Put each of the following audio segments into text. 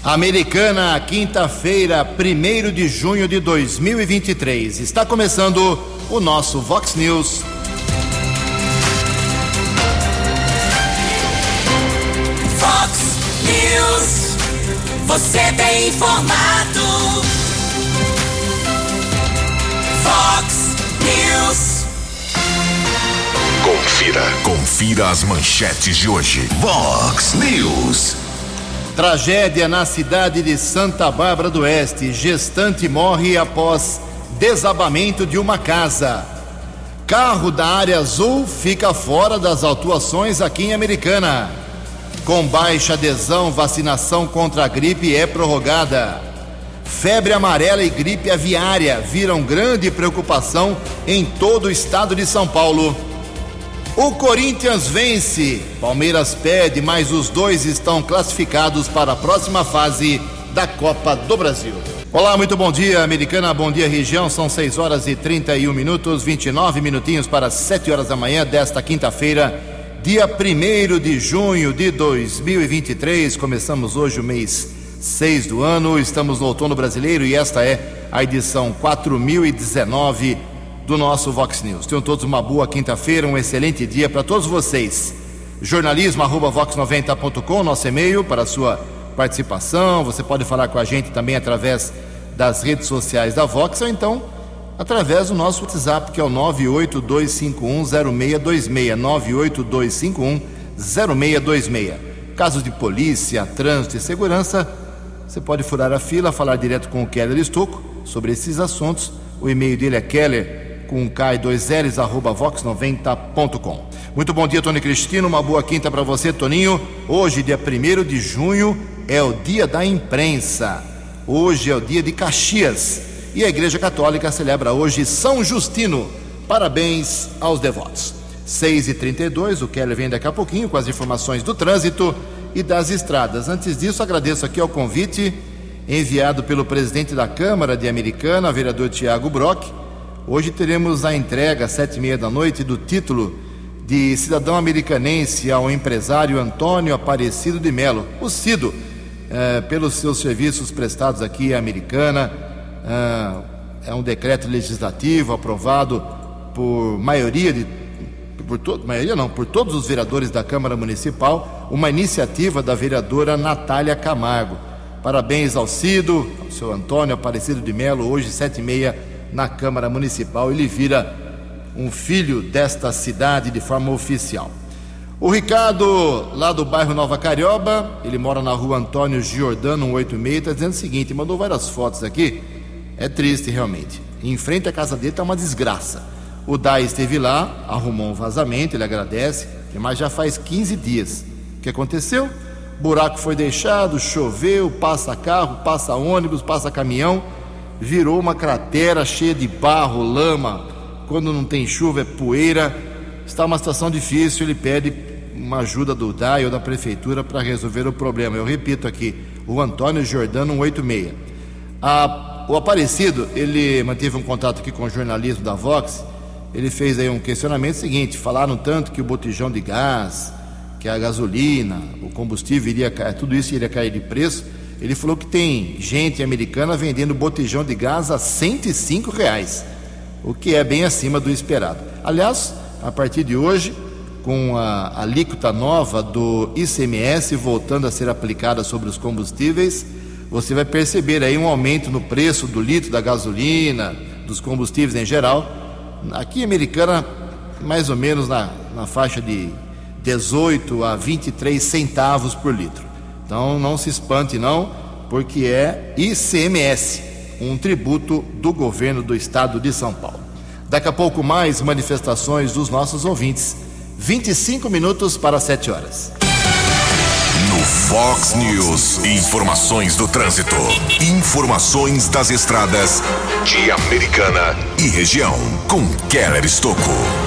Americana, quinta-feira, 1º de junho de 2023. Está começando o nosso Vox News. Vox News. Você bem informado. Vox News. Confira as manchetes de hoje. Vox News. Tragédia na cidade de Santa Bárbara do Oeste. Gestante morre após desabamento de uma casa. Carro da área azul fica fora das autuações aqui em Americana. Com baixa adesão, vacinação contra a gripe é prorrogada. Febre amarela e gripe aviária viram grande preocupação em todo o estado de São Paulo. O Corinthians vence, Palmeiras perde, mas os dois estão classificados para a próxima fase da Copa do Brasil. Olá, muito bom dia, Americana, bom dia, região. São 6 horas e 31 minutos, 29 minutinhos para 7 horas da manhã desta quinta-feira, dia 1º de junho de 2023. Começamos hoje o mês 6 do ano, estamos no outono brasileiro e esta é a edição 4019 do nosso Vox News. Tenham todos uma boa quinta-feira, um excelente dia para todos vocês. jornalismo@vox90.com, nosso e-mail para a sua participação. Você pode falar com a gente também através das redes sociais da Vox ou então através do nosso WhatsApp, que é o 982510626, 982510626. Casos de polícia, trânsito e segurança, você pode furar a fila, falar direto com o Keller Estocco sobre esses assuntos. O e-mail dele é keller com K2Ls @vox90.com. Muito bom dia, Tony Cristino, uma boa quinta para você, Toninho. Hoje, dia 1º de junho, é o dia da imprensa. Hoje é o dia de Caxias e a Igreja Católica celebra hoje São Justino. Parabéns aos devotos. 6h32, o Keller vem daqui a pouquinho com as informações do trânsito e das estradas. Antes disso, agradeço aqui ao convite enviado pelo presidente da Câmara de Americana, vereador Tiago Brock. Hoje teremos a entrega, às 7h30 da noite, do título de cidadão americanense ao empresário Antônio Aparecido de Melo, o Cido, pelos seus serviços prestados aqui em Americana. É um decreto legislativo aprovado por por todos os vereadores da Câmara Municipal, uma iniciativa da vereadora Natália Camargo. Parabéns ao Cido, ao seu Antônio Aparecido de Melo, hoje 7h30 na Câmara Municipal. Ele vira um filho desta cidade de forma oficial. O Ricardo, lá do bairro Nova Carioba, ele mora na rua Antônio Giordano 186, está dizendo o seguinte, mandou várias fotos aqui, é triste realmente. Em frente à casa dele está uma desgraça. O DAI esteve lá, arrumou um vazamento, ele agradece, mas já faz 15 dias. O que aconteceu? Buraco foi deixado, choveu, passa carro, passa ônibus, passa caminhão, virou uma cratera cheia de barro, lama. Quando não tem chuva é poeira. Está uma situação difícil, ele pede uma ajuda do DAI ou da prefeitura para resolver o problema. Eu repito aqui, o Antônio Giordano 186. O Aparecido, ele manteve um contato aqui com o jornalismo da Vox. Ele fez aí um questionamento seguinte: falaram tanto que o botijão de gás, que a gasolina, o combustível iria cair, tudo isso iria cair de preço. Ele falou que tem gente americana vendendo botijão de gás a R$105, o que é bem acima do esperado. Aliás, a partir de hoje, com a alíquota nova do ICMS voltando a ser aplicada sobre os combustíveis, você vai perceber aí um aumento no preço do litro da gasolina, dos combustíveis em geral. Aqui em Americana, mais ou menos na faixa de 18 a 23 centavos por litro. Então não se espante não, porque é ICMS, um tributo do governo do estado de São Paulo. Daqui a pouco mais manifestações dos nossos ouvintes. 25 minutos para 7 horas. No Vox News, informações do trânsito, informações das estradas de Americana e região, com Keller Estocco.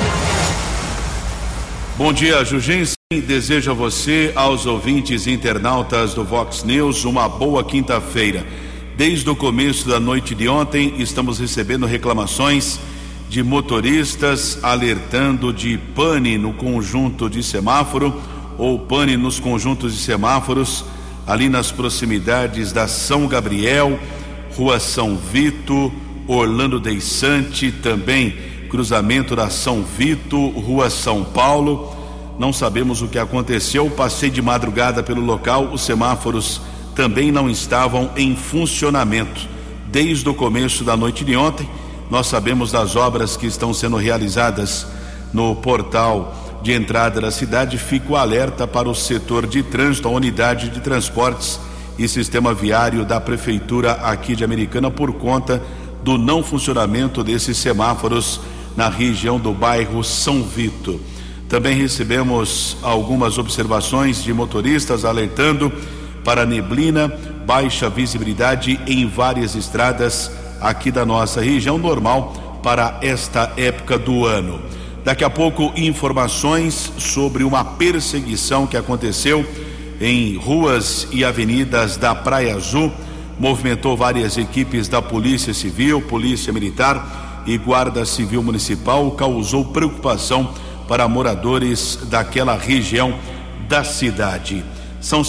Bom dia, Jugense. Desejo a você, aos ouvintes e internautas do Vox News, uma boa quinta-feira. Desde o começo da noite de ontem, estamos recebendo reclamações de motoristas alertando de pane no conjunto de semáforo ou pane nos conjuntos de semáforos ali nas proximidades da São Gabriel, Rua São Vito, Orlando Deissante, também cruzamento da São Vito, Rua São Paulo. Não sabemos o que aconteceu. Passei de madrugada pelo local, os semáforos também não estavam em funcionamento desde o começo da noite de ontem. Nós sabemos das obras que estão sendo realizadas no portal de entrada da cidade. Fico alerta para o setor de trânsito, a unidade de transportes e sistema viário da prefeitura aqui de Americana, por conta do não funcionamento desses semáforos na região do bairro São Vito. Também recebemos algumas observações de motoristas alertando para neblina, baixa visibilidade em várias estradas aqui da nossa região, normal para esta época do ano. Daqui a pouco, informações sobre uma perseguição que aconteceu em ruas e avenidas da Praia Azul, movimentou várias equipes da Polícia Civil, Polícia Militar e Guarda Civil Municipal, causou preocupação para moradores daquela região da cidade. São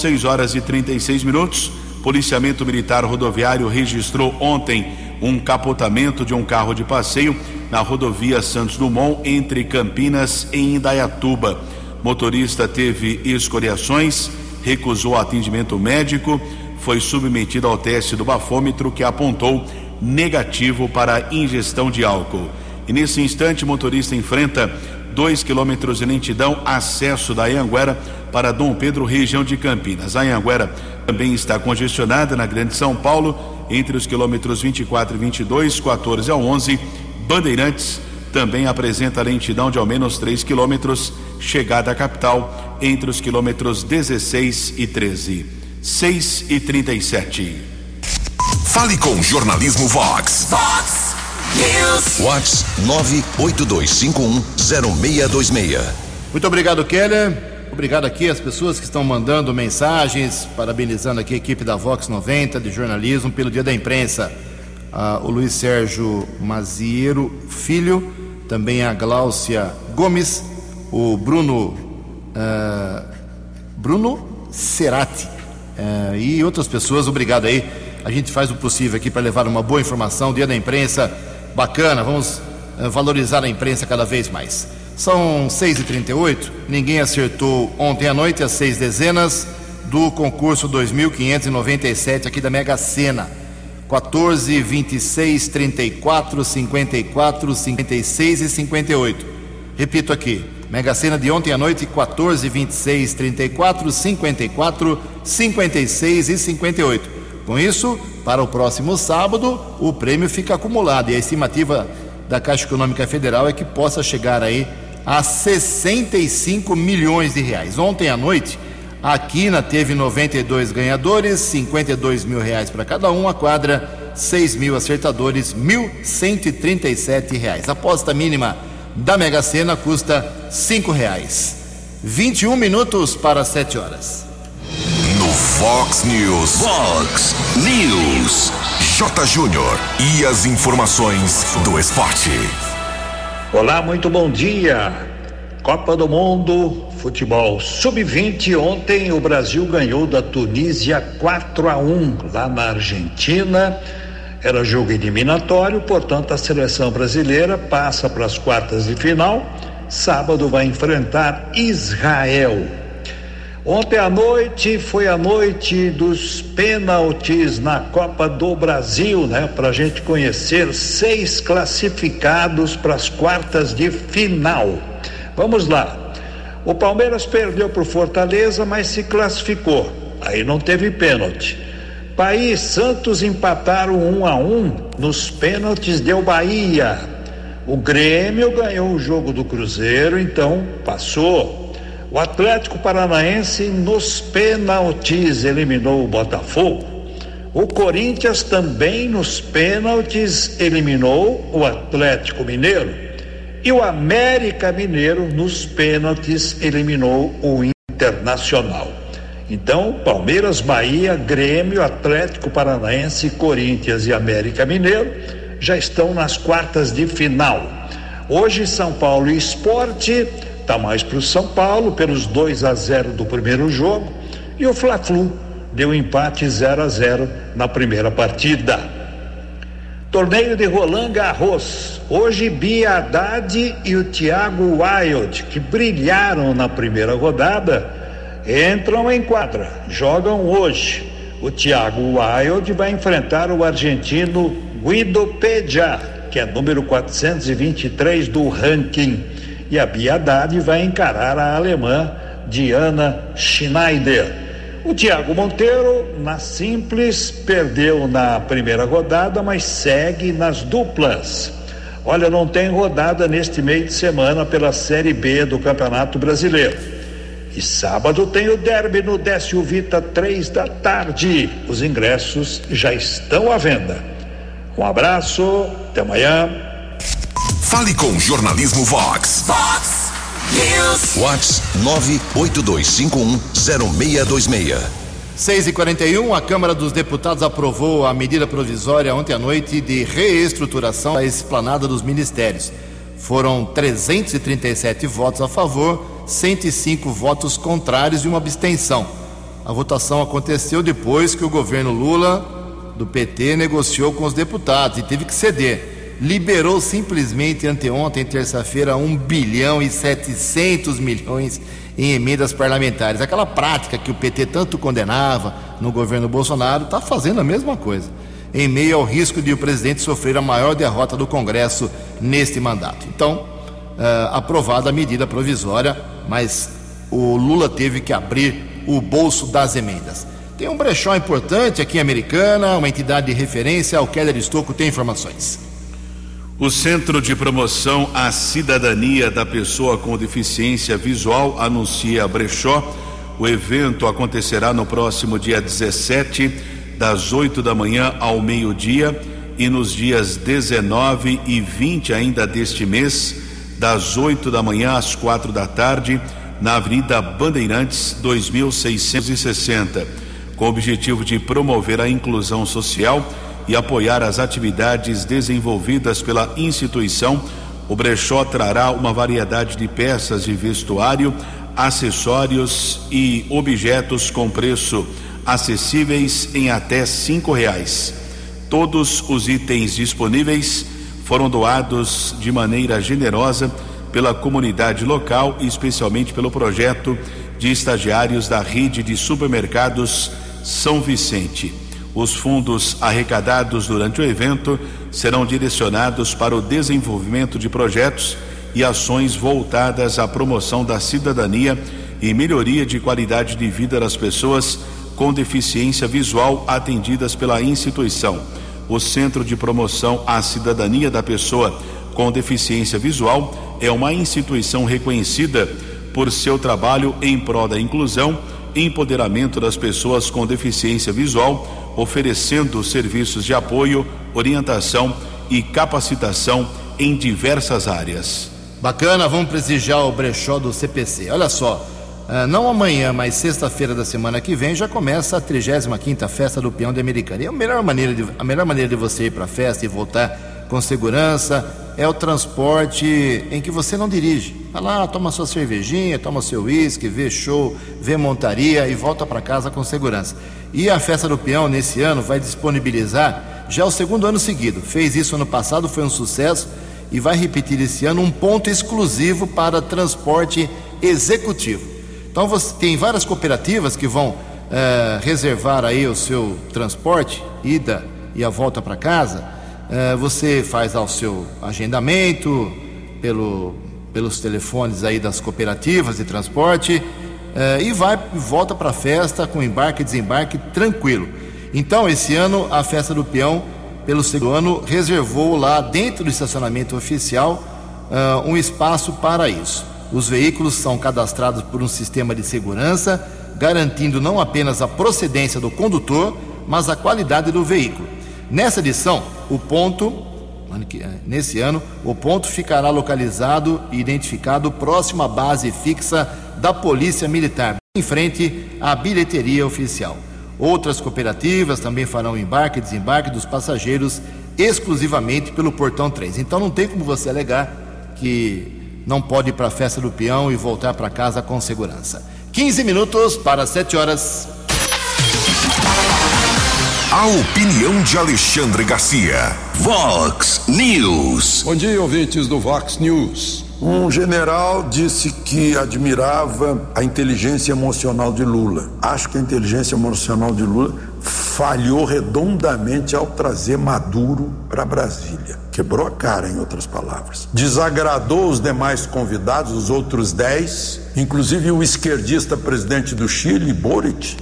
6h36. Policiamento Militar Rodoviário registrou ontem um capotamento de um carro de passeio na rodovia Santos Dumont, entre Campinas e Indaiatuba. Motorista teve escoriações, recusou atendimento médico, foi submetido ao teste do bafômetro, que apontou negativo para ingestão de álcool. E nesse instante, o motorista enfrenta 2 quilômetros de lentidão, acesso da Anhanguera para Dom Pedro, região de Campinas. A Anhanguera também está congestionada na Grande São Paulo, entre os quilômetros 24 e 22, 14 a 11. Bandeirantes também apresenta lentidão de ao menos 3 quilômetros, chegada à capital, entre os quilômetros 16 e 13. 6h37. Fale com Jornalismo Vox. Vox News. Vox 982510626. Muito obrigado, Keller. Obrigado aqui às pessoas que estão mandando mensagens, parabenizando aqui a equipe da Vox 90 de jornalismo pelo Dia da Imprensa. O Luiz Sérgio Maziero Filho, também a Gláucia Gomes, o Bruno Cerati e outras pessoas. Obrigado aí. A gente faz o possível aqui para levar uma boa informação. Dia da Imprensa, bacana. Vamos valorizar a imprensa cada vez mais. São 6h38. Ninguém acertou ontem à noite as 6 dezenas do concurso 2.597 aqui da Mega Sena. 14, 26, 34, 54, 56 e 58. Repito aqui, Mega Sena de ontem à noite: 14, 26, 34, 54, 56 e 58. Com isso, para o próximo sábado, o prêmio fica acumulado, e a estimativa da Caixa Econômica Federal é que possa chegar aí a 65 milhões de reais. Ontem à noite, a Quina teve 92 ganhadores, 52 mil reais para cada um. A quadra, 6 mil acertadores, 1.137 reais. A aposta mínima da Mega Sena custa R$5. 21 minutos para 7 horas. No Vox News. Vox News. J. Júnior e as informações do esporte. Olá, muito bom dia. Copa do Mundo, futebol sub-20. Ontem o Brasil ganhou da Tunísia 4-1 lá na Argentina. Era jogo eliminatório, portanto a seleção brasileira passa para as quartas de final. Sábado vai enfrentar Israel. Ontem à noite foi a noite dos pênaltis na Copa do Brasil, né? Para a gente conhecer 6 classificados para as quartas de final. Vamos lá. O Palmeiras perdeu para o Fortaleza, mas se classificou. Aí não teve pênalti. Bahia e Santos empataram 1-1. Nos pênaltis deu Bahia. O Grêmio ganhou o jogo do Cruzeiro, então passou. O Atlético Paranaense nos pênaltis eliminou o Botafogo. O Corinthians também nos pênaltis eliminou o Atlético Mineiro. E o América Mineiro nos pênaltis eliminou o Internacional. Então, Palmeiras, Bahia, Grêmio, Atlético Paranaense, Corinthians e América Mineiro já estão nas quartas de final. Hoje, São Paulo e Sport está mais para o São Paulo, pelos 2-0 do primeiro jogo, e o Fla-Flu deu empate 0-0 na primeira partida. Torneio de Roland Garros. Hoje Bia Haddad e o Thiago Wild, que brilharam na primeira rodada, entram em quadra, jogam hoje. O Thiago Wild vai enfrentar o argentino Guido Pejá, que é número 423 do ranking, e a Bia Haddad vai encarar a alemã Diana Schneider. O Thiago Monteiro, na simples, perdeu na primeira rodada, mas segue nas duplas. Olha, não tem rodada neste meio de semana pela Série B do Campeonato Brasileiro. E sábado tem o derby no Décio Vita, 15h. Os ingressos já estão à venda. Um abraço, até amanhã. Fale com Jornalismo Vox. Vox News. Vox 982510626. 6h41, a Câmara dos Deputados aprovou a medida provisória ontem à noite de reestruturação da esplanada dos ministérios. Foram 337 votos a favor, 105 votos contrários e uma abstenção. A votação aconteceu depois que o governo Lula, do PT, negociou com os deputados e teve que ceder. Liberou simplesmente anteontem, terça-feira, 1 bilhão e 700 milhões em emendas parlamentares. Aquela prática que o PT tanto condenava no governo Bolsonaro está fazendo a mesma coisa, em meio ao risco de o presidente sofrer a maior derrota do Congresso neste mandato. Então, aprovada a medida provisória, mas o Lula teve que abrir o bolso das emendas. Tem um brechó importante aqui em Americana, uma entidade de referência. O Keller Estocco tem informações. O Centro de Promoção à Cidadania da Pessoa com Deficiência Visual anuncia brechó. O evento acontecerá no próximo dia 17, das 8 da manhã ao meio-dia, e nos dias 19 e 20 ainda deste mês, das 8 da manhã às 4 da tarde, na Avenida Bandeirantes 2660, com o objetivo de promover a inclusão social e apoiar as atividades desenvolvidas pela instituição. O brechó trará uma variedade de peças de vestuário, acessórios e objetos com preço acessíveis em até R$5. Todos os itens disponíveis foram doados de maneira generosa pela comunidade local e especialmente pelo projeto de estagiários da rede de supermercados São Vicente. Os fundos arrecadados durante o evento serão direcionados para o desenvolvimento de projetos e ações voltadas à promoção da cidadania e melhoria de qualidade de vida das pessoas com deficiência visual atendidas pela instituição. O Centro de Promoção à Cidadania da Pessoa com Deficiência Visual é uma instituição reconhecida por seu trabalho em prol da inclusão e empoderamento das pessoas com deficiência visual, oferecendo serviços de apoio, orientação e capacitação em diversas áreas. Bacana, vamos prestigiar o brechó do CPC. Olha só, não amanhã, mas sexta-feira da semana que vem já começa a 35ª Festa do Peão de Americana. E a melhor maneira de você ir para a festa e voltar com segurança é o transporte em que você não dirige. Vai lá, toma sua cervejinha, toma seu uísque, vê show, vê montaria e volta para casa com segurança. E a Festa do Peão, nesse ano, vai disponibilizar já o segundo ano seguido. Fez isso ano passado, foi um sucesso, e vai repetir esse ano um ponto exclusivo para transporte executivo. Então você tem várias cooperativas que vão reservar aí o seu transporte, ida e a volta para casa. Você faz o seu agendamento pelos telefones aí das cooperativas de transporte e volta para a festa com embarque e desembarque tranquilo. Então esse ano a Festa do Peão, pelo segundo ano, reservou lá dentro do estacionamento oficial um espaço para isso. Os veículos são cadastrados por um sistema de segurança, garantindo não apenas a procedência do condutor, mas a qualidade do veículo. Nessa edição, nesse ano, o ponto ficará localizado e identificado próximo à base fixa da Polícia Militar, em frente à bilheteria oficial. Outras cooperativas também farão embarque e desembarque dos passageiros exclusivamente pelo Portão 3. Então não tem como você alegar que não pode ir para a Festa do Peão e voltar para casa com segurança. 15 minutos para 7 horas. A opinião de Alexandre Garcia. Vox News. Bom dia, ouvintes do Vox News. Um general disse que admirava a inteligência emocional de Lula. Acho que a inteligência emocional de Lula falhou redondamente ao trazer Maduro para Brasília. Quebrou a cara, em outras palavras. Desagradou os demais convidados, os outros 10, inclusive o esquerdista presidente do Chile, Boric,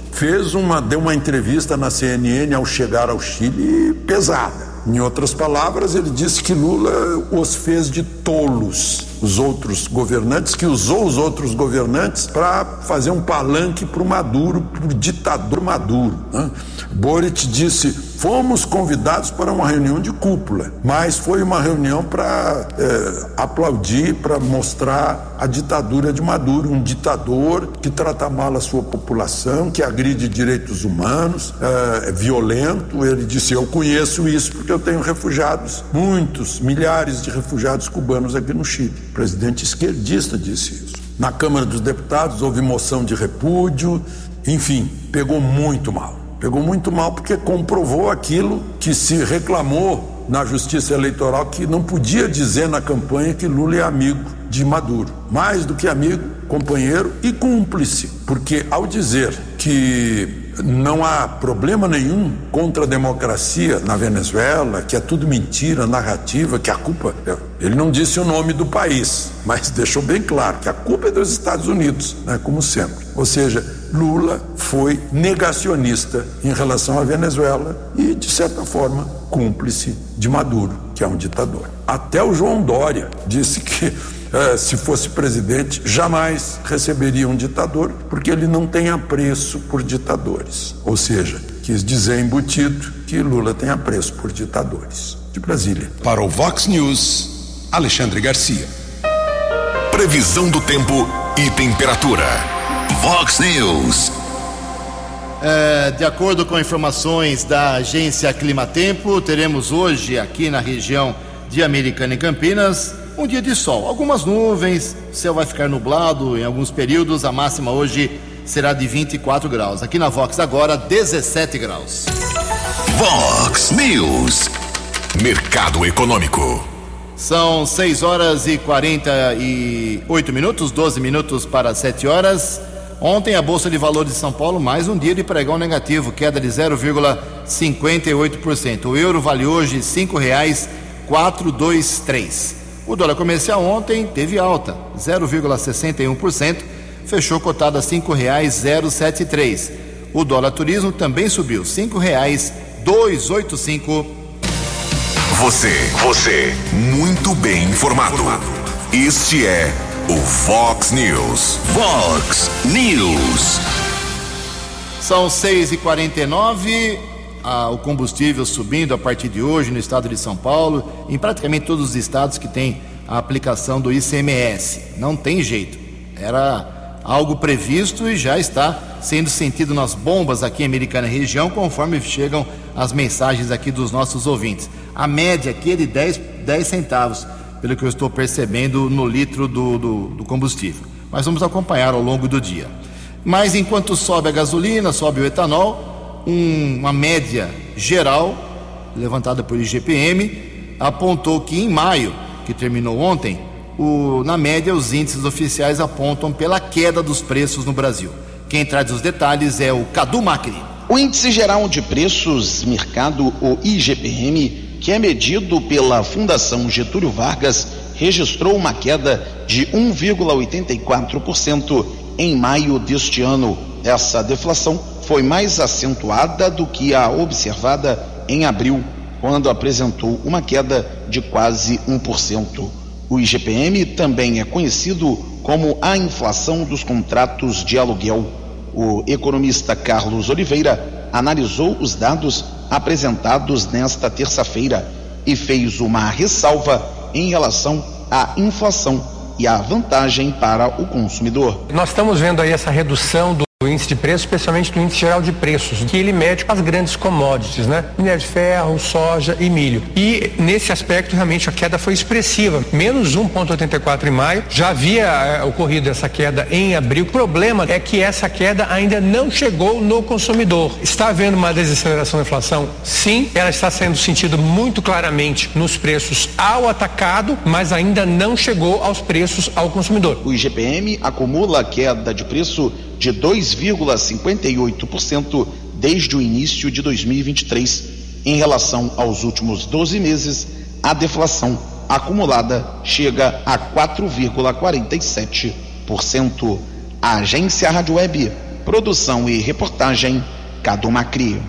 deu uma entrevista na CNN ao chegar ao Chile pesada. Em outras palavras, ele disse que Lula os fez de tolos, os outros governantes, que usou os outros governantes para fazer um palanque para o Maduro, para o ditador Maduro, né? Boric disse: fomos convidados para uma reunião de cúpula, mas foi uma reunião para aplaudir, para mostrar a ditadura de Maduro, um ditador que trata mal a sua população, que agride direitos humanos, é violento. Ele disse: eu conheço isso porque eu tenho refugiados, milhares de refugiados cubanos aqui no Chile. O presidente esquerdista disse isso. Na Câmara dos Deputados houve moção de repúdio, enfim, pegou muito mal. Pegou muito mal porque comprovou aquilo que se reclamou na Justiça Eleitoral, que não podia dizer na campanha que Lula é amigo de Maduro. Mais do que amigo, companheiro e cúmplice. Porque ao dizer que não há problema nenhum contra a democracia na Venezuela, que é tudo mentira, narrativa, que a culpa... Ele não disse o nome do país, mas deixou bem claro que a culpa é dos Estados Unidos, né, como sempre. Ou seja, Lula foi negacionista em relação à Venezuela e, de certa forma, cúmplice de Maduro, que é um ditador. Até o João Dória disse que se fosse presidente, jamais receberia um ditador, porque ele não tem apreço por ditadores. Ou seja, quis dizer embutido que Lula tem apreço por ditadores. De Brasília. Para o Vox News, Alexandre Garcia. Previsão do tempo e temperatura. Vox News. De acordo com informações da agência Climatempo, teremos hoje aqui na região de Americana e Campinas um dia de sol, algumas nuvens, o céu vai ficar nublado em alguns períodos, a máxima hoje será de 24 graus. Aqui na Vox agora, 17 graus. Vox News. Mercado Econômico. São 6 horas e 48 minutos, 12 minutos para 7 horas. Ontem a Bolsa de Valores de São Paulo, mais um dia de pregão negativo, queda de 0,58%. O euro vale hoje R$ 5,423. O dólar comercial ontem teve alta, 0,61%, fechou cotado a R$ 5,073. O dólar turismo também subiu, R$ 5,285. Você, muito bem informado. Este é o Vox News. Vox News. São 6h49. O combustível subindo a partir de hoje no estado de São Paulo, em praticamente todos os estados que têm a aplicação do ICMS. Não tem jeito. Era algo previsto e já está sendo sentido nas bombas aqui em Americana e região, conforme chegam as mensagens aqui dos nossos ouvintes. A média aqui é de 10 centavos, pelo que eu estou percebendo no litro do combustível. Mas vamos acompanhar ao longo do dia. Mas enquanto sobe a gasolina, sobe o etanol, uma média geral, levantada por IGPM, apontou que em maio, que terminou ontem, na média os índices oficiais apontam pela queda dos preços no Brasil. Quem traz os detalhes é o Cadu Macri. O Índice Geral de Preços Mercado, o IGPM, que é medido pela Fundação Getúlio Vargas, registrou uma queda de 1,84% em maio deste ano. Essa deflação foi mais acentuada do que a observada em abril, quando apresentou uma queda de quase 1%. O IGPM também é conhecido como a inflação dos contratos de aluguel. O economista Carlos Oliveira analisou os dados apresentados nesta terça-feira e fez uma ressalva em relação à inflação e à vantagem para o consumidor. Nós estamos vendo aí essa redução do O índice de preço, especialmente no índice geral de preços, que ele mede as grandes commodities, né? Minério de ferro, soja e milho. E nesse aspecto, realmente, a queda foi expressiva. Menos 1,84 em maio. Já havia ocorrido essa queda em abril. O problema é que essa queda ainda não chegou no consumidor. Está havendo uma desaceleração da inflação? Sim, ela está sendo sentida muito claramente nos preços ao atacado, mas ainda não chegou aos preços ao consumidor. O IGPM acumula queda de preço de 2,58% desde o início de 2023. Em relação aos últimos 12 meses, a deflação acumulada chega a 4,47%. A Agência Rádio Web, produção e reportagem, Cadu Macri.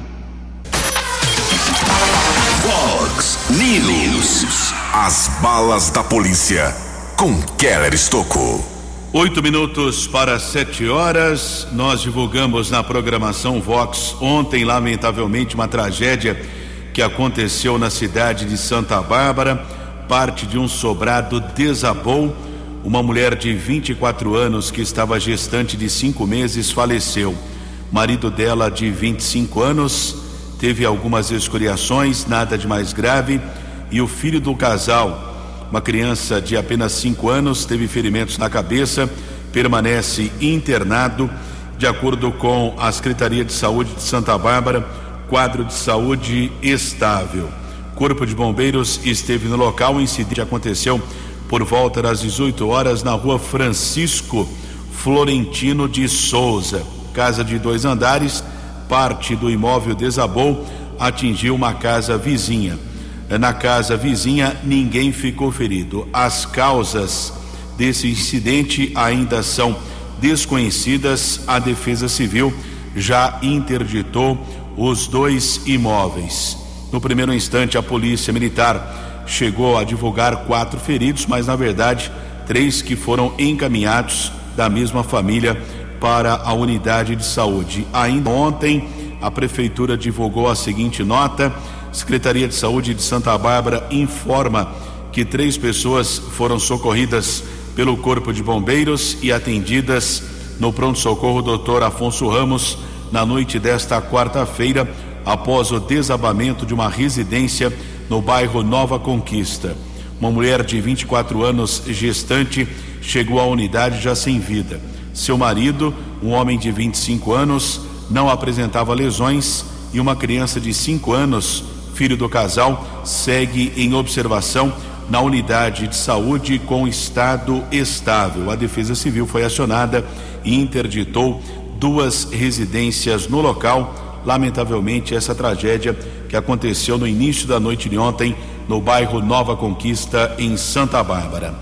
Vox News. As balas da polícia com Keller Estocco. 8 minutos para 7 horas, nós divulgamos na programação Vox ontem, lamentavelmente, uma tragédia que aconteceu na cidade de Santa Bárbara. Parte de um sobrado desabou. Uma mulher de 24 anos que estava gestante de 5 meses faleceu. O marido dela, de 25 anos, teve algumas escoriações, nada de mais grave, e o filho do casal, uma criança de apenas 5 anos, teve ferimentos na cabeça, permanece internado. De acordo com a Secretaria de Saúde de Santa Bárbara, quadro de saúde estável. Corpo de Bombeiros esteve no local. O incidente aconteceu por volta das 18 horas na rua Francisco Florentino de Souza. Casa de 2 andares, parte do imóvel desabou, atingiu uma casa vizinha. Na casa vizinha, ninguém ficou ferido. As causas desse incidente ainda são desconhecidas. A Defesa Civil já interditou os 2 imóveis. No primeiro instante, a Polícia Militar chegou a divulgar 4 feridos, mas na verdade 3 que foram encaminhados da mesma família para a unidade de saúde. Ainda ontem, a Prefeitura divulgou a seguinte nota: Secretaria de Saúde de Santa Bárbara informa que 3 pessoas foram socorridas pelo Corpo de Bombeiros e atendidas no pronto-socorro Dr. Afonso Ramos na noite desta quarta-feira, após o desabamento de uma residência no bairro Nova Conquista. Uma mulher de 24 anos, gestante, chegou à unidade já sem vida. Seu marido, um homem de 25 anos, não apresentava lesões, e uma criança de 5 anos, filho do casal, segue em observação na unidade de saúde com estado estável. A Defesa Civil foi acionada e interditou 2 residências no local. Lamentavelmente, essa tragédia que aconteceu no início da noite de ontem no bairro Nova Conquista, em Santa Bárbara.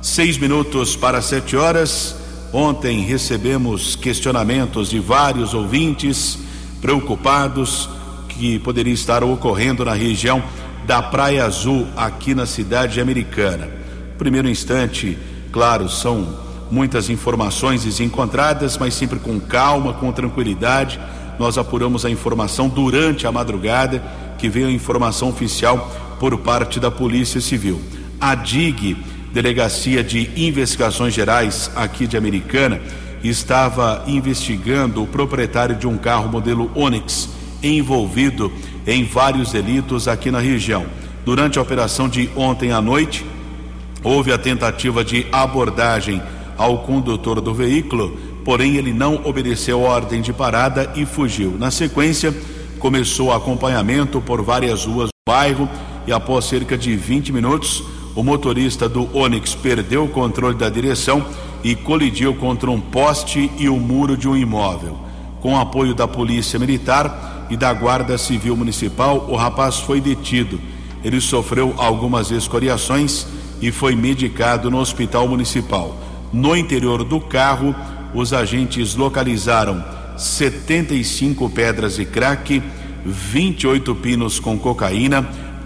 6 minutos para 7 horas. Ontem recebemos questionamentos de vários ouvintes preocupados que poderia estar ocorrendo na região da Praia Azul, aqui na cidade americana. Primeiro instante, claro, são muitas informações desencontradas, mas sempre com calma, com tranquilidade. Nós apuramos a informação durante a madrugada, que veio a informação oficial por parte da Polícia Civil. A DIG, Delegacia de Investigações Gerais aqui de Americana, estava investigando o proprietário de um carro modelo Onix, envolvido em vários delitos aqui na região. Durante a operação de ontem à noite, houve a tentativa de abordagem ao condutor do veículo, porém ele não obedeceu a ordem de parada e fugiu. Na sequência, começou o acompanhamento por várias ruas do bairro e após cerca de 20 minutos, o motorista do Onix perdeu o controle da direção e colidiu contra um poste e o muro de um imóvel. Com o apoio da Polícia Militar e da Guarda Civil Municipal, o rapaz foi detido. Ele sofreu algumas escoriações e foi medicado no Hospital Municipal. No interior do carro, os agentes localizaram 75 pedras de crack, 28 pinos com cocaína,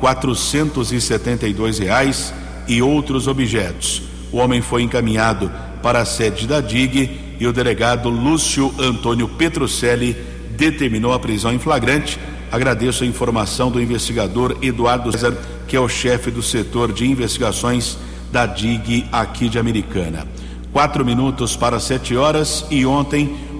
R$472 e outros objetos. O homem foi encaminhado para a sede da DIG e o delegado Lúcio Antônio Petrucelli determinou a prisão em flagrante. Agradeço a informação do investigador Eduardo César, que é o chefe do setor de investigações da DIG aqui de Americana. 4 minutos para 7 horas e ontem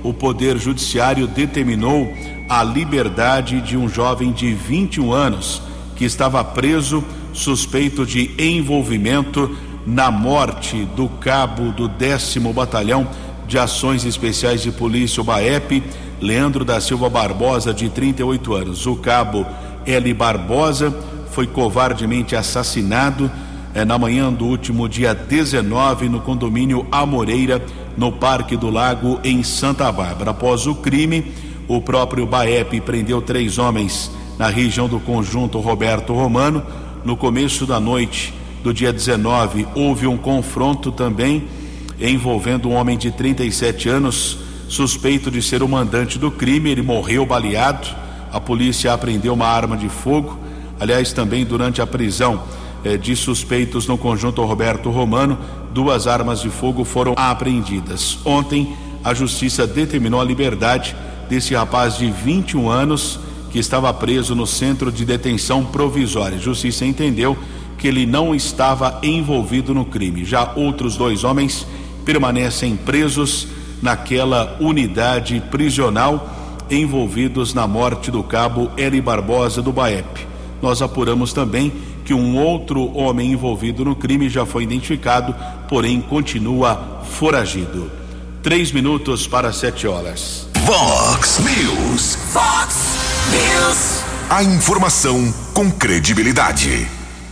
o Poder Judiciário determinou a liberdade de um jovem de 21 anos que estava preso suspeito de envolvimento na morte do cabo do 10º Batalhão de Ações Especiais de Polícia, o BAEP, Leandro da Silva Barbosa, de 38 anos. O cabo L. Barbosa foi covardemente assassinado na manhã do último dia 19 no condomínio Amoreira, no Parque do Lago, em Santa Bárbara. Após o crime, o próprio BAEP prendeu 3 homens na região do Conjunto Roberto Romano. No começo da noite do dia 19, houve um confronto também envolvendo um homem de 37 anos, suspeito de ser o mandante do crime. Ele morreu baleado. A polícia apreendeu uma arma de fogo. Aliás, também durante a prisão de suspeitos no Conjunto Roberto Romano, 2 armas de fogo foram apreendidas. Ontem, a justiça determinou a liberdade desse rapaz de 21 anos que estava preso no centro de detenção provisória. A justiça entendeu que ele não estava envolvido no crime. Já outros 2 homens permanecem presos naquela unidade prisional, envolvidos na morte do cabo L. Barbosa do BAEP. Nós apuramos também que um outro homem envolvido no crime já foi identificado, porém continua foragido. 3 minutos para 7 horas. Vox News. Vox News. A informação com credibilidade.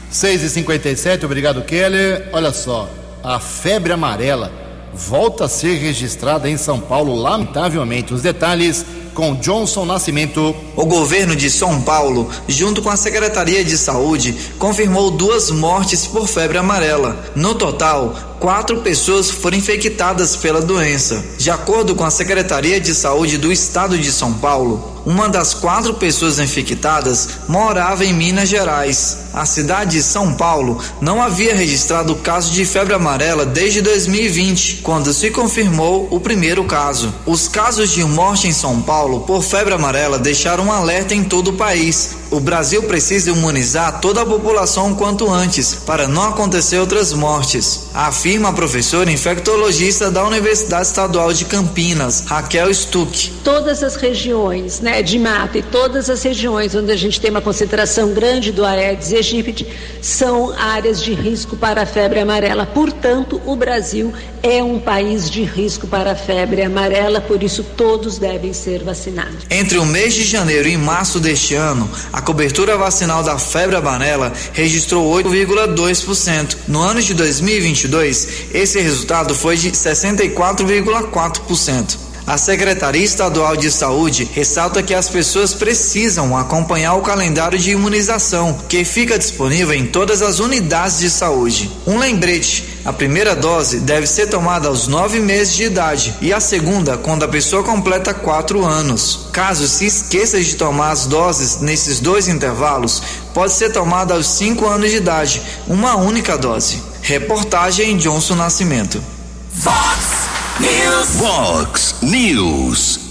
6h57, obrigado, Keller. Olha só, a febre amarela volta a ser registrada em São Paulo, lamentavelmente. Os detalhes com Johnson Nascimento. O governo de São Paulo, junto com a Secretaria de Saúde, confirmou 2 mortes por febre amarela. No total, 4 pessoas foram infectadas pela doença. De acordo com a Secretaria de Saúde do Estado de São Paulo, uma das 4 pessoas infectadas morava em Minas Gerais. A cidade de São Paulo não havia registrado caso de febre amarela desde 2020, quando se confirmou o primeiro caso. Os casos de morte em São Paulo por febre amarela deixaram um alerta em todo o país. O Brasil precisa imunizar toda a população o quanto antes, para não acontecer outras mortes, afirma a professora infectologista da Universidade Estadual de Campinas, Raquel Stuck. Todas as regiões, de mata e todas as regiões onde a gente tem uma concentração grande do Aedes aegypti são áreas de risco para a febre amarela. Portanto, o Brasil é um país de risco para a febre amarela, por isso todos devem ser vacinados. Entre o mês de janeiro e março deste ano, a cobertura vacinal da febre amarela registrou 8,2%. No ano de 2022, esse resultado foi de 64,4%. A Secretaria Estadual de Saúde ressalta que as pessoas precisam acompanhar o calendário de imunização, que fica disponível em todas as unidades de saúde. Um lembrete: a primeira dose deve ser tomada aos 9 meses de idade e a segunda quando a pessoa completa 4 anos. Caso se esqueça de tomar as doses nesses 2 intervalos, pode ser tomada aos 5 anos de idade, uma única dose. Reportagem Johnson Nascimento. Vox News. Vox News.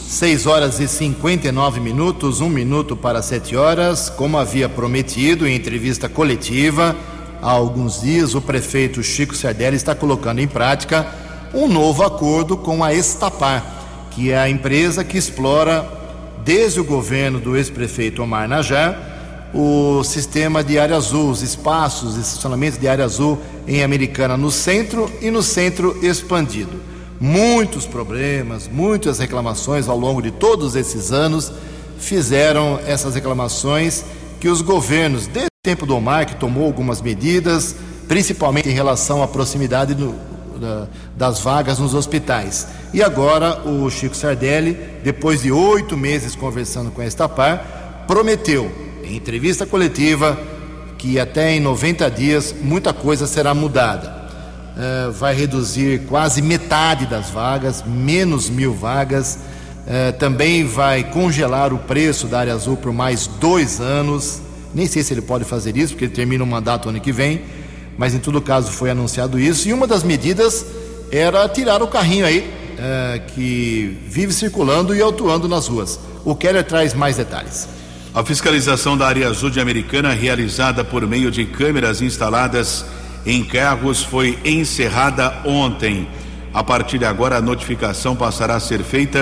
6h59, 1 minuto para 7 horas. Como havia prometido em entrevista coletiva há alguns dias, o prefeito Chico Sardelli está colocando em prática um novo acordo com a Estapar, que é a empresa que explora, desde o governo do ex-prefeito Omar Najar, o sistema de área azul, os espaços de estacionamento de área azul em Americana, no centro e no centro expandido. Muitos problemas, muitas reclamações ao longo de todos esses anos fizeram essas reclamações que os governos, desde o tempo do Omar, que tomou algumas medidas, principalmente em relação à proximidade das vagas nos hospitais. E agora o Chico Sardelli, depois de 8 meses conversando com a Estapar, prometeu em entrevista coletiva que até em 90 dias muita coisa será mudada. Vai reduzir quase metade das vagas, menos 1.000 vagas. Também vai congelar o preço da área azul por mais 2 anos. Nem sei se ele pode fazer isso, porque ele termina o mandato ano que vem, mas em todo caso foi anunciado isso. E uma das medidas era tirar o carrinho aí, que vive circulando e autuando nas ruas. O Keller traz mais detalhes. A fiscalização da área azul de Americana, realizada por meio de câmeras instaladas em carros, foi encerrada ontem. A partir de agora, a notificação passará a ser feita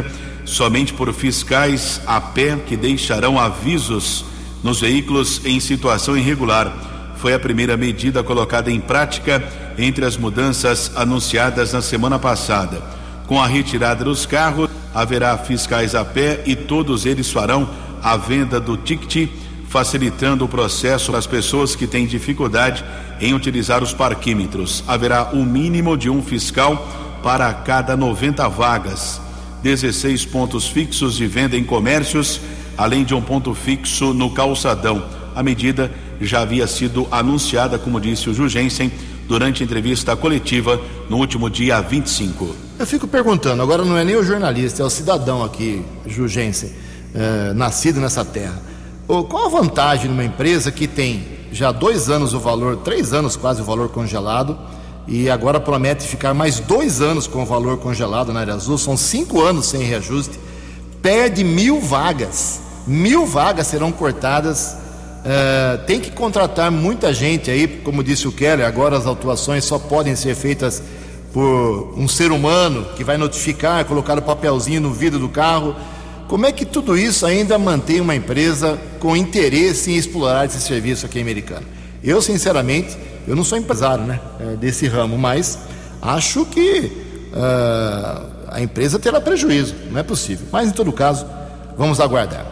somente por fiscais a pé que deixarão avisos nos veículos em situação irregular. Foi a primeira medida colocada em prática entre as mudanças anunciadas na semana passada. Com a retirada dos carros, haverá fiscais a pé e todos eles farão a venda do ticket, facilitando o processo para as pessoas que têm dificuldade em utilizar os parquímetros. Haverá um mínimo de um fiscal para cada 90 vagas, 16 pontos fixos de venda em comércios, além de um ponto fixo no calçadão. A medida já havia sido anunciada, como disse o Jugensen, durante a entrevista coletiva no último dia 25. Eu fico perguntando, agora não é nem o jornalista, é o cidadão aqui, Jugensen, nascido nessa terra. Qual a vantagem numa empresa que tem já 2 anos o valor, 3 anos quase o valor congelado, e agora promete ficar mais 2 anos com o valor congelado na área azul, são 5 anos sem reajuste, perde 1.000 vagas, 1.000 vagas serão cortadas, tem que contratar muita gente aí, como disse o Keller, agora as autuações só podem ser feitas por um ser humano que vai notificar, colocar o papelzinho no vidro do carro. Como é que tudo isso ainda mantém uma empresa com interesse em explorar esse serviço aqui em Americana? Eu, sinceramente, eu não sou empresário, né, desse ramo, mas acho que a empresa terá prejuízo, não é possível. Mas, em todo caso, vamos aguardar.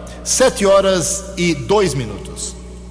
7h02.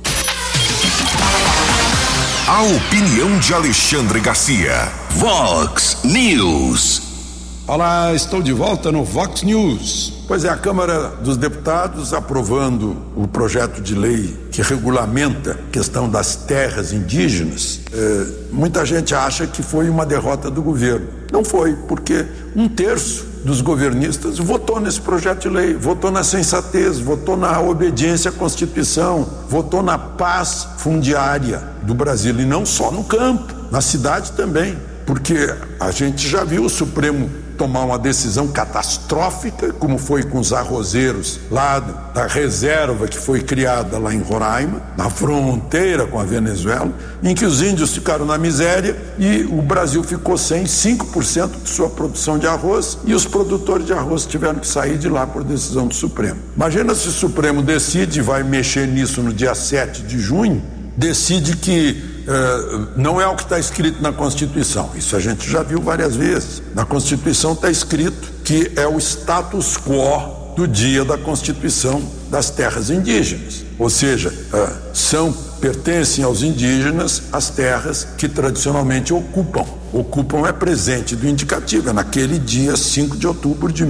A opinião de Alexandre Garcia. Vox News. Olá, estou de volta no Vox News. Pois é, a Câmara dos Deputados aprovando o projeto de lei que regulamenta a questão das terras indígenas. Muita gente acha que foi uma derrota do governo. Não foi, porque 1/3 dos governistas votou nesse projeto de lei, votou na sensatez, votou na obediência à Constituição, votou na paz fundiária do Brasil, e não só no campo, na cidade também, porque a gente já viu o Supremo tomar uma decisão catastrófica, como foi com os arrozeiros lá da reserva que foi criada lá em Roraima, na fronteira com a Venezuela, em que os índios ficaram na miséria e o Brasil ficou sem 5% de sua produção de arroz, e os produtores de arroz tiveram que sair de lá por decisão do Supremo. Imagina se o Supremo decide, vai mexer nisso no dia 7 de junho, decide que não é o que está escrito na Constituição. Isso a gente já viu várias vezes. Na Constituição está escrito que é o status quo do dia da Constituição das terras indígenas. Ou seja, pertencem aos indígenas as terras que tradicionalmente ocupam. Ocupam é presente do indicativo, é naquele dia 5 de outubro de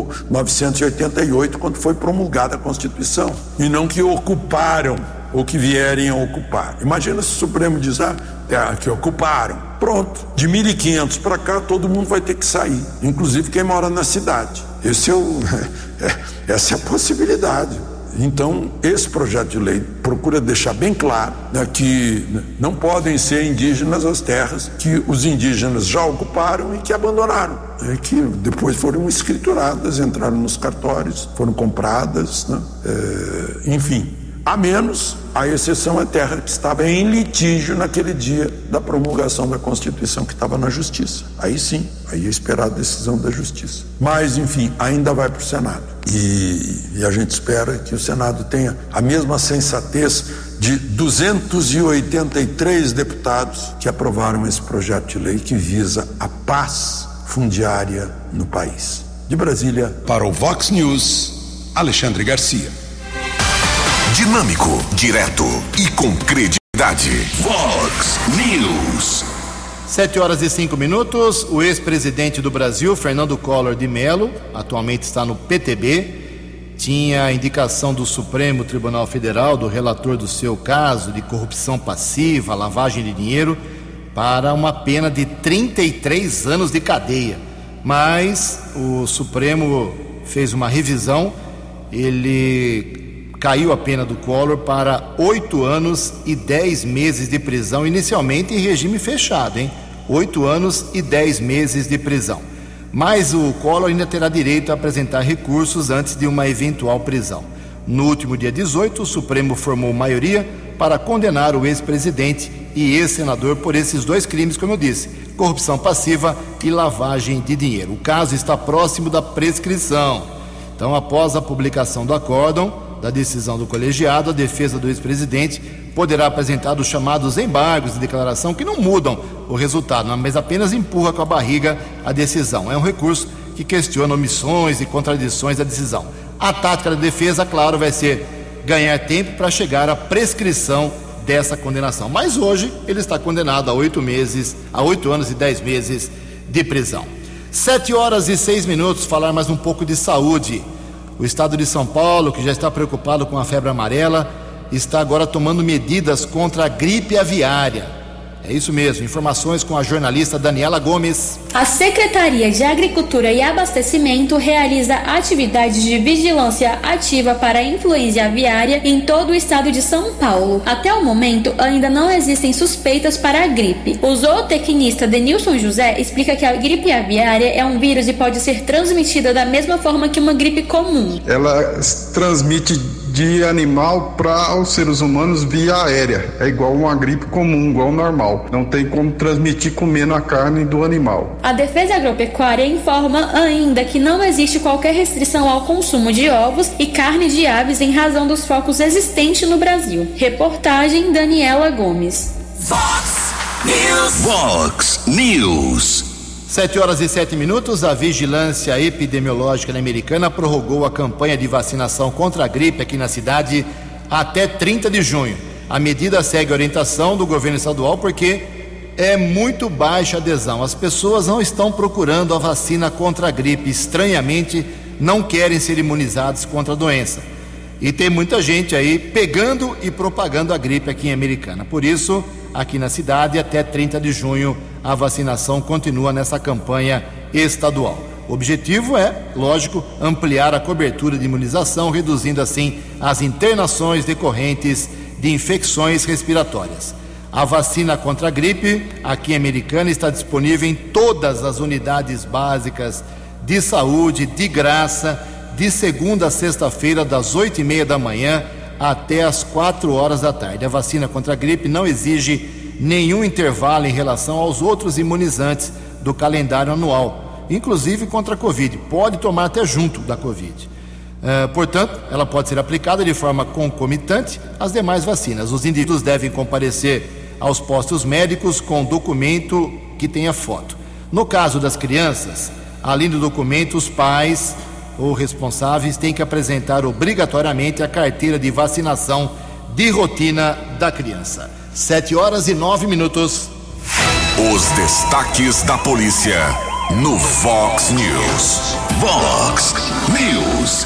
1988, quando foi promulgada a Constituição. E não que ocuparam ou que vierem a ocupar. Imagina se o Supremo diz, que ocuparam. Pronto, de 1500 para cá todo mundo vai ter que sair, inclusive quem mora na cidade. Essa é a possibilidade. Então, esse projeto de lei procura deixar bem claro, né, que não podem ser indígenas as terras que os indígenas já ocuparam e que abandonaram, que depois foram escrituradas, entraram nos cartórios, foram compradas, né, enfim. A menos, a exceção é terra que estava em litígio naquele dia da promulgação da Constituição, que estava na Justiça. Aí sim, aí é esperada a decisão da Justiça. Mas, enfim, ainda vai para o Senado. E a gente espera que o Senado tenha a mesma sensatez de 283 deputados que aprovaram esse projeto de lei que visa a paz fundiária no país. De Brasília, para o Vox News, Alexandre Garcia. Dinâmico, direto e com credibilidade. Vox News. 7h05. O ex-presidente do Brasil, Fernando Collor de Mello, atualmente está no PTB, tinha a indicação do Supremo Tribunal Federal, do relator do seu caso de corrupção passiva, lavagem de dinheiro, para uma pena de 33 anos de cadeia. Mas o Supremo fez uma revisão, ele caiu a pena do Collor para 8 anos e 10 meses de prisão, inicialmente em regime fechado, 8 anos e 10 meses de prisão. Mas o Collor ainda terá direito a apresentar recursos antes de uma eventual prisão. No último dia 18, o Supremo formou maioria para condenar o ex-presidente e ex-senador por esses 2 crimes, como eu disse, corrupção passiva e lavagem de dinheiro. O caso está próximo da prescrição. Então, após a publicação do acórdão, da decisão do colegiado, a defesa do ex-presidente poderá apresentar os chamados embargos de declaração que não mudam o resultado, mas apenas empurra com a barriga a decisão. É um recurso que questiona omissões e contradições da decisão. A tática da defesa, claro, vai ser ganhar tempo para chegar à prescrição dessa condenação. Mas hoje ele está condenado a 8 anos e 10 meses de prisão. 7h06, falar mais um pouco de saúde. O estado de São Paulo, que já está preocupado com a febre amarela, está agora tomando medidas contra a gripe aviária. É isso mesmo, informações com a jornalista Daniela Gomes. A Secretaria de Agricultura e Abastecimento realiza atividades de vigilância ativa para a influenza aviária em todo o estado de São Paulo. Até o momento, ainda não existem suspeitas para a gripe. O zootecnista Denilson José explica que a gripe aviária é um vírus e pode ser transmitida da mesma forma que uma gripe comum. Ela transmite de animal para os seres humanos via aérea. É igual uma gripe comum, igual normal. Não tem como transmitir comendo a carne do animal. A Defesa Agropecuária informa ainda que não existe qualquer restrição ao consumo de ovos e carne de aves em razão dos focos existentes no Brasil. Reportagem Daniela Gomes. Vox News. Vox News. 7h07, a Vigilância Epidemiológica Americana prorrogou a campanha de vacinação contra a gripe aqui na cidade até 30 de junho. A medida segue a orientação do governo estadual porque é muito baixa a adesão. As pessoas não estão procurando a vacina contra a gripe. Estranhamente, não querem ser imunizados contra a doença. E tem muita gente aí pegando e propagando a gripe aqui em Americana. Por isso, aqui na cidade, até 30 de junho, a vacinação continua nessa campanha estadual. O objetivo é, lógico, ampliar a cobertura de imunização, reduzindo assim as internações decorrentes de infecções respiratórias. A vacina contra a gripe aqui em Americana está disponível em todas as unidades básicas de saúde, de graça, de segunda a sexta-feira, das 8h30 da manhã até as 4 horas da tarde. A vacina contra a gripe não exige nenhum intervalo em relação aos outros imunizantes do calendário anual, inclusive contra a Covid. Pode tomar até junto da Covid. Portanto, ela pode ser aplicada de forma concomitante às demais vacinas. Os indivíduos devem comparecer aos postos médicos com documento que tenha foto. No caso das crianças, além do documento, os pais ou responsáveis têm que apresentar obrigatoriamente a carteira de vacinação de rotina da criança. 7h09. Os destaques da polícia no Vox News. Vox News.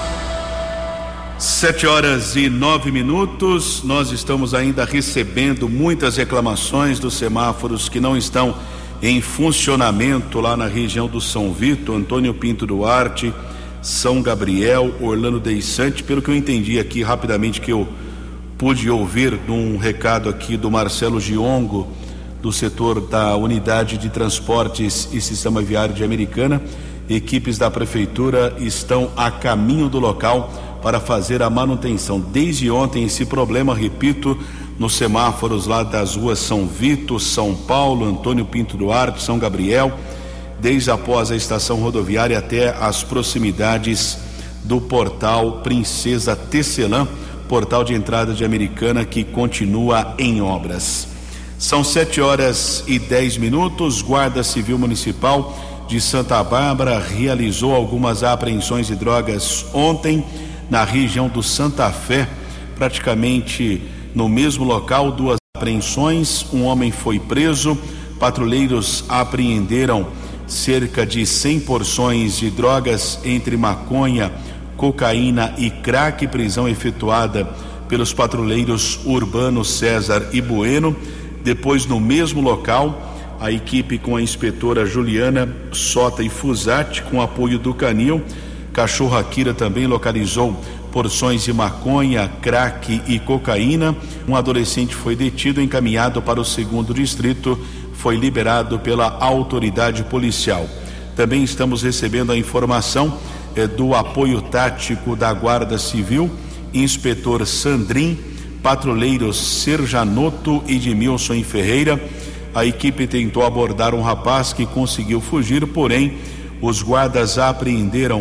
7h09, nós estamos ainda recebendo muitas reclamações dos semáforos que não estão em funcionamento lá na região do São Vito, Antônio Pinto Duarte, São Gabriel, Orlando Deissante. Pelo que eu entendi aqui rapidamente, que eu pude ouvir num recado aqui do Marcelo Giongo, do setor da Unidade de Transportes e Sistema Viário de Americana, equipes da prefeitura estão a caminho do local para fazer a manutenção. Desde ontem, esse problema, repito, nos semáforos lá das ruas São Vito, São Paulo, Antônio Pinto Duarte, São Gabriel, desde após a estação rodoviária até as proximidades do portal Princesa Tecelã, portal de entrada de Americana, que continua em obras. São 7h10. Guarda Civil Municipal de Santa Bárbara realizou algumas apreensões de drogas ontem na região do Santa Fé, praticamente no mesmo local. 2 apreensões, um homem foi preso. Patrulheiros apreenderam cerca de 100 porções de drogas entre maconha, cocaína e crack. Prisão efetuada pelos patrulheiros Urbano, César e Bueno. Depois, no mesmo local, a equipe com a inspetora Juliana Sota e Fusati, com apoio do Canil, Cachorro Akira, também localizou porções de maconha, crack e cocaína. Um adolescente foi detido, encaminhado para o 2º distrito, foi liberado pela autoridade policial. Também estamos recebendo a informação do apoio tático da Guarda Civil, inspetor Sandrin, patrulheiros Serjanoto e Edmilson Ferreira. A equipe tentou abordar um rapaz que conseguiu fugir, porém os guardas apreenderam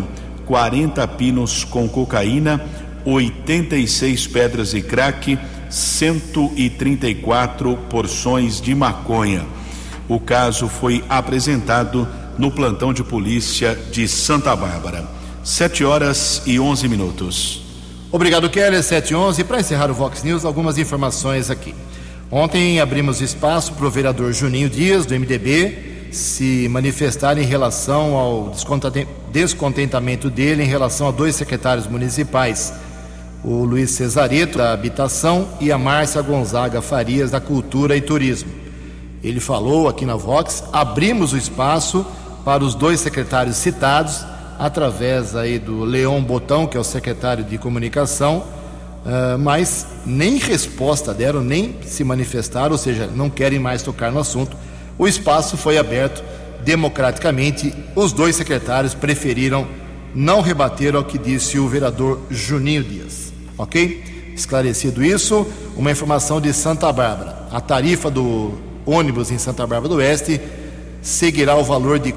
40 pinos com cocaína, 86 pedras de crack, 134 porções de maconha. O caso foi apresentado no plantão de polícia de Santa Bárbara. 7h11. Obrigado, Keller. 7h11. Para encerrar o Vox News, algumas informações aqui. Ontem abrimos espaço para o vereador Juninho Dias, do MDB, se manifestar em relação ao descontentamento dele em relação a 2 secretários municipais, o Luiz Cesareto, da Habitação, e a Márcia Gonzaga Farias, da Cultura e Turismo. Ele falou aqui na Vox, abrimos o espaço para os 2 secretários citados, através aí do Leon Botão, que é o secretário de Comunicação, mas nem resposta deram, nem se manifestaram, ou seja, não querem mais tocar no assunto. O espaço foi aberto democraticamente, os 2 secretários preferiram não rebater ao que disse o vereador Juninho Dias. Ok? Esclarecido isso, uma informação de Santa Bárbara. A tarifa do ônibus em Santa Bárbara do Oeste seguirá o valor de R$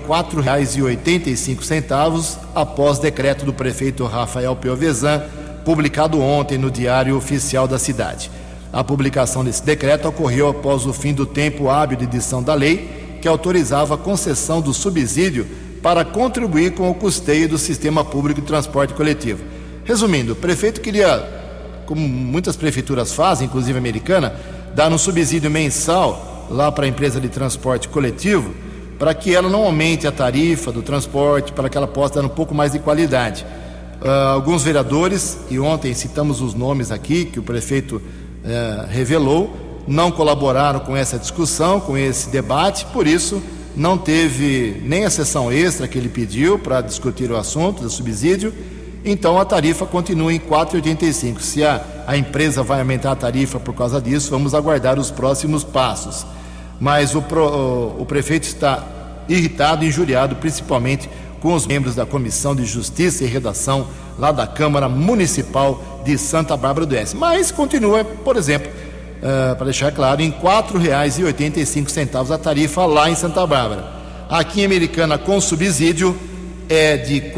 4,85 após decreto do prefeito Rafael Piovesan, publicado ontem no Diário Oficial da cidade. A publicação desse decreto ocorreu após o fim do tempo hábil de edição da lei, que autorizava a concessão do subsídio para contribuir com o custeio do sistema público de transporte coletivo. Resumindo, o prefeito queria, como muitas prefeituras fazem, inclusive a Americana, dar um subsídio mensal lá para a empresa de transporte coletivo, para que ela não aumente a tarifa do transporte, para que ela possa dar um pouco mais de qualidade. Alguns vereadores, e ontem citamos os nomes aqui que o prefeito revelou, não colaboraram com essa discussão, com esse debate, por isso não teve nem a sessão extra que ele pediu para discutir o assunto do subsídio. Então a tarifa continua em R$ 4,85. Se a empresa vai aumentar a tarifa por causa disso, vamos aguardar os próximos passos. Mas o prefeito está irritado e injuriado, principalmente com os membros da Comissão de Justiça e Redação lá da Câmara Municipal de Santa Bárbara do Oeste. Mas continua, por exemplo, para deixar claro, em R$ 4,85 a tarifa lá em Santa Bárbara. Aqui em Americana, com subsídio, é de R$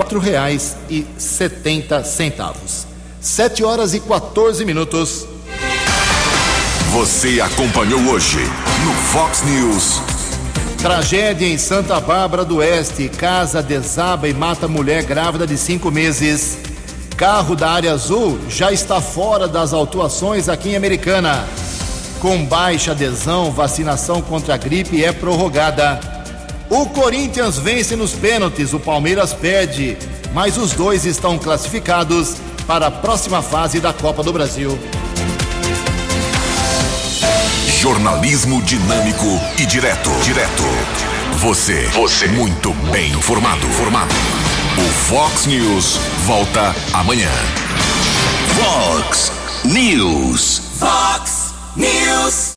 4,70. 7h14. Você acompanhou hoje no Fox News. Tragédia em Santa Bárbara do Oeste. Casa desaba e mata mulher grávida de 5 meses. Carro da área azul já está fora das autuações aqui em Americana. Com baixa adesão, vacinação contra a gripe é prorrogada. O Corinthians vence nos pênaltis, o Palmeiras perde, mas os 2 estão classificados para a próxima fase da Copa do Brasil. Jornalismo dinâmico e direto. Você muito bem informado. O Fox News volta amanhã. Fox News.